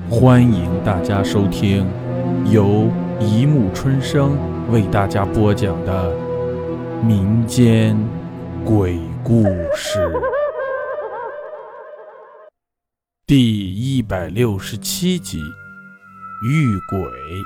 欢迎大家收听由一木春生为大家播讲的民间鬼故事第167集遇鬼。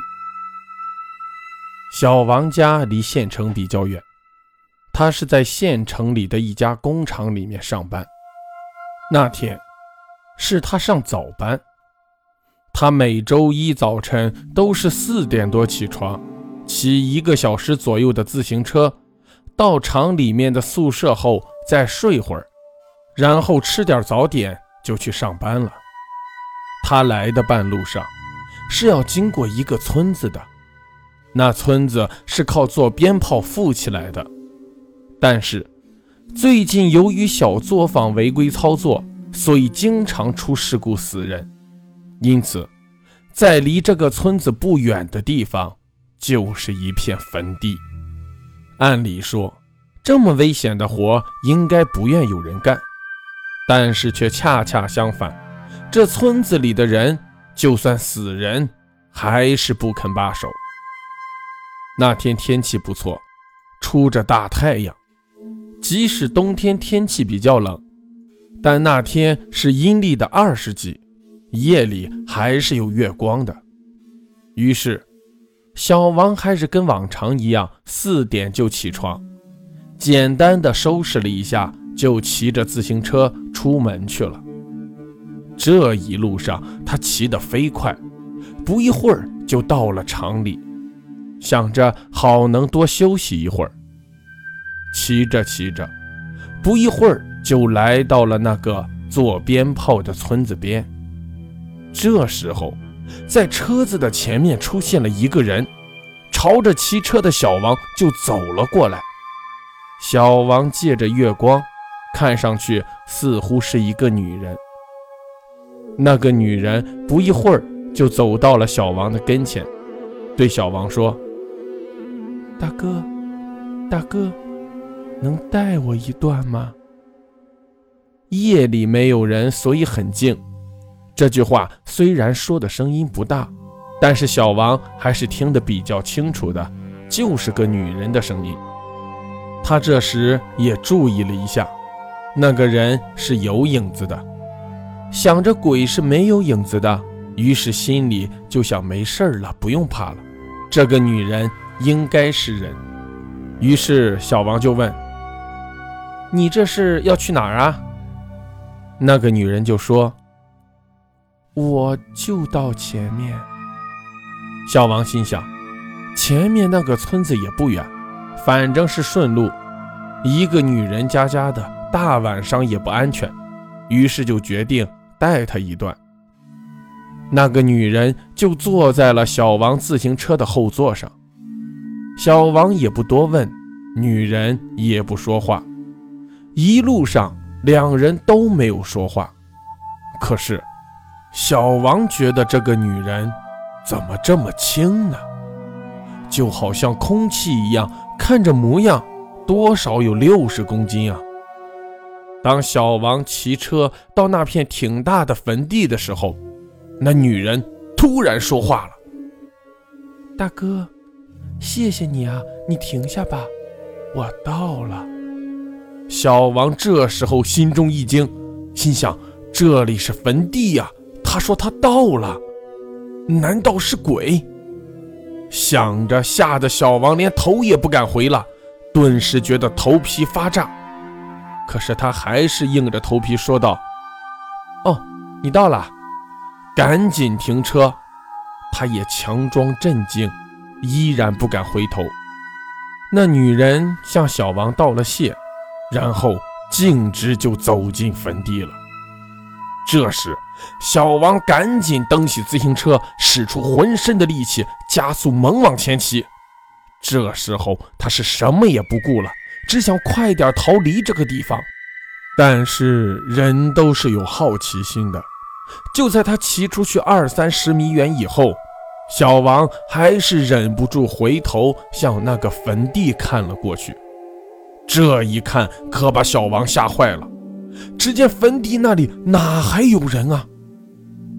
小王家离县城比较远，他是在县城里的一家工厂里面上班。那天是他上早班，他每周一早晨都是4点多起床，骑1个小时左右的自行车到厂里面的宿舍后再睡会儿，然后吃点早点就去上班了。他来的半路上是要经过一个村子的，那村子是靠做鞭炮富起来的，但是最近由于小作坊违规操作，所以经常出事故死人，因此在离这个村子不远的地方就是一片坟地。按理说这么危险的活应该不愿有人干，但是却恰恰相反，这村子里的人就算死人还是不肯罢手。那天天气不错，出着大太阳，即使冬天天气比较冷，但那天是阴历的20几，夜里还是有月光的。于是小王还是跟往常一样4点就起床，简单的收拾了一下，就骑着自行车出门去了。这一路上他骑得飞快，不一会儿就到了厂里，想着好能多休息一会儿。骑着骑着，不一会儿就来到了那个做鞭炮的村子边。这时候在车子的前面出现了一个人，朝着骑车的小王就走了过来。小王借着月光，看上去似乎是一个女人。那个女人不一会儿就走到了小王的跟前，对小王说：大哥，能带我一段吗？夜里没有人，所以很静。这句话虽然说的声音不大，但是小王还是听得比较清楚的，就是个女人的声音。他这时也注意了一下，那个人是有影子的，想着鬼是没有影子的，于是心里就想没事了，不用怕了，这个女人应该是人。于是小王就问：你这是要去哪儿啊？那个女人就说：我就到前面。小王心想，前面那个村子也不远，反正是顺路，一个女人家的，大晚上也不安全，于是就决定带她一段。那个女人就坐在了小王自行车的后座上，小王也不多问，女人也不说话，一路上2人都没有说话。可是小王觉得这个女人怎么这么轻呢？就好像空气一样，看着模样多少有60公斤啊。当小王骑车到那片挺大的坟地的时候，那女人突然说话了：大哥，谢谢你啊，你停下吧，我到了。小王这时候心中一惊，心想这里是坟地啊，他说他到了，难道是鬼？想着吓得小王连头也不敢回了，顿时觉得头皮发炸。可是他还是硬着头皮说道：哦，你到了。赶紧停车。他也强装镇静，依然不敢回头。那女人向小王道了谢，然后径直就走进坟地了。这时小王赶紧蹬起自行车，使出浑身的力气，加速猛往前骑。这时候他是什么也不顾了，只想快点逃离这个地方。但是人都是有好奇心的，就在他骑出去20-30米远以后，小王还是忍不住回头向那个坟地看了过去。这一看可把小王吓坏了，只见坟地那里哪还有人啊？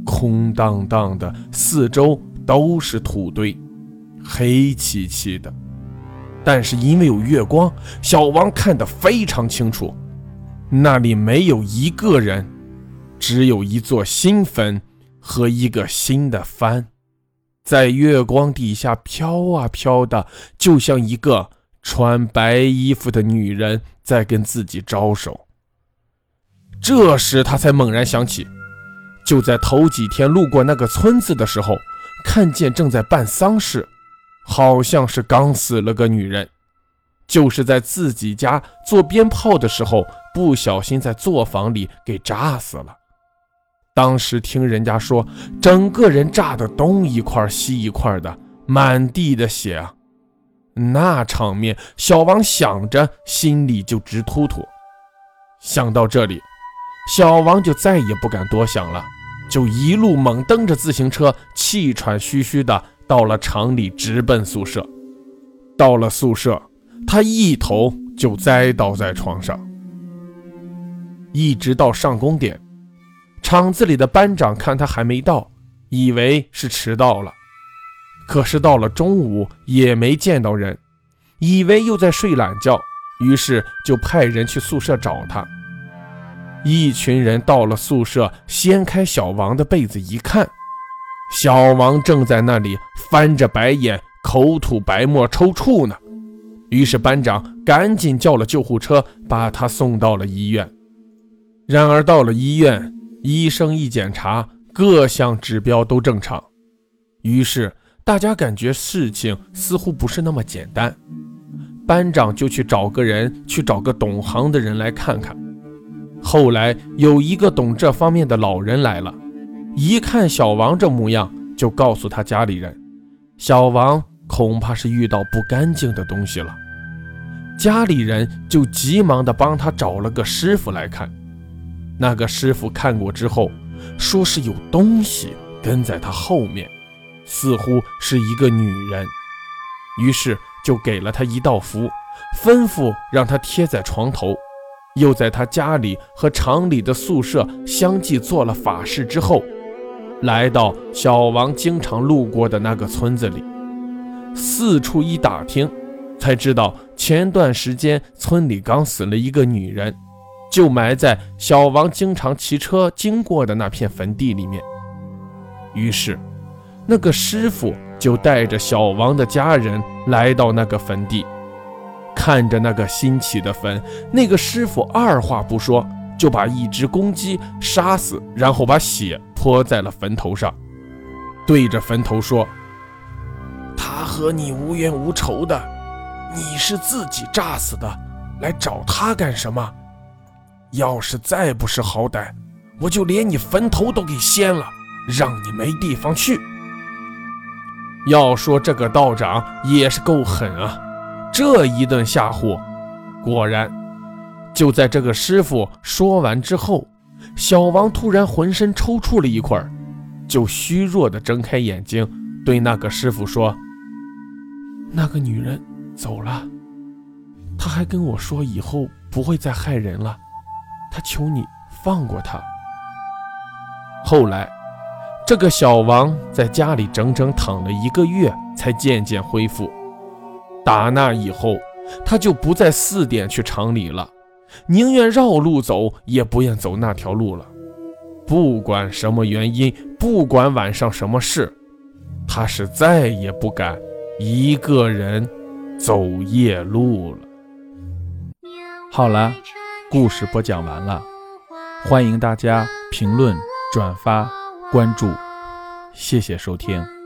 空荡荡的，四周都是土堆，黑漆漆的。但是因为有月光，小王看得非常清楚，那里没有一个人，只有一座新坟和一个新的幡，在月光底下飘啊飘的，就像一个穿白衣服的女人在跟自己招手。这时他才猛然想起，就在头几天路过那个村子的时候，看见正在办丧事，好像是刚死了个女人，就是在自己家做鞭炮的时候不小心在作坊里给炸死了。当时听人家说，整个人炸得东一块西一块的，满地的血啊！那场面，小王想着心里就直突突。想到这里，小王就再也不敢多想了，就一路猛蹬着自行车，气喘吁吁的到了厂里，直奔宿舍。到了宿舍，他一头就栽倒在床上，一直到上工点。厂子里的班长看他还没到，以为是迟到了，可是到了中午也没见到人，以为又在睡懒觉，于是就派人去宿舍找他。一群人到了宿舍，掀开小王的被子一看，小王正在那里翻着白眼，口吐白沫抽搐呢。于是班长赶紧叫了救护车，把他送到了医院。然而到了医院，医生一检查，各项指标都正常，于是大家感觉事情似乎不是那么简单。班长就去找个懂行的人来看看。后来有一个懂这方面的老人来了，一看小王这模样，就告诉他家里人，小王恐怕是遇到不干净的东西了。家里人就急忙地帮他找了个师傅来看。那个师傅看过之后，说是有东西跟在他后面，似乎是一个女人，于是就给了他一道符，吩咐让他贴在床头，又在他家里和厂里的宿舍相继做了法事之后，来到小王经常路过的那个村子里，四处一打听，才知道前段时间村里刚死了一个女人，就埋在小王经常骑车经过的那片坟地里面。于是那个师傅就带着小王的家人来到那个坟地，看着那个新起的坟，那个师傅二话不说就把一只公鸡杀死，然后把血泼在了坟头上，对着坟头说，他和你无冤无仇的，你是自己炸死的，来找他干什么？要是再不识好歹，我就连你坟头都给掀了，让你没地方去。要说这个道长也是够狠啊，这一顿吓唬。果然就在这个师傅说完之后，小王突然浑身抽搐了一会儿，就虚弱地睁开眼睛，对那个师傅说，那个女人走了，她还跟我说以后不会再害人了，她求你放过她。后来这个小王在家里整整躺了1个月，才渐渐恢复。打那以后，他就不再4点去厂里了，宁愿绕路走，也不愿走那条路了。不管什么原因，不管晚上什么事，他是再也不敢一个人走夜路了。 好了，故事播讲完了，欢迎大家评论、转发、关注，谢谢收听。